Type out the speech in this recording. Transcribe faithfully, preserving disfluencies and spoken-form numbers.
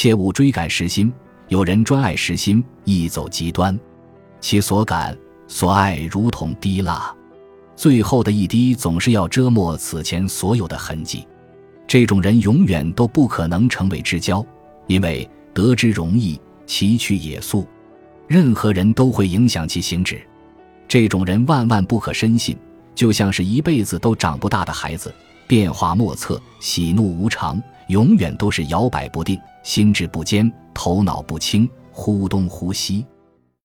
切勿追赶时心，有人专爱时心，易走极端，其所感所爱如同滴蜡，最后的一滴总是要遮没此前所有的痕迹。这种人永远都不可能成为知交，因为得之容易，其去也速，任何人都会影响其行止。这种人万万不可深信，就像是一辈子都长不大的孩子，变化莫测，喜怒无常，永远都是摇摆不定，心智不坚，头脑不清，忽东忽西。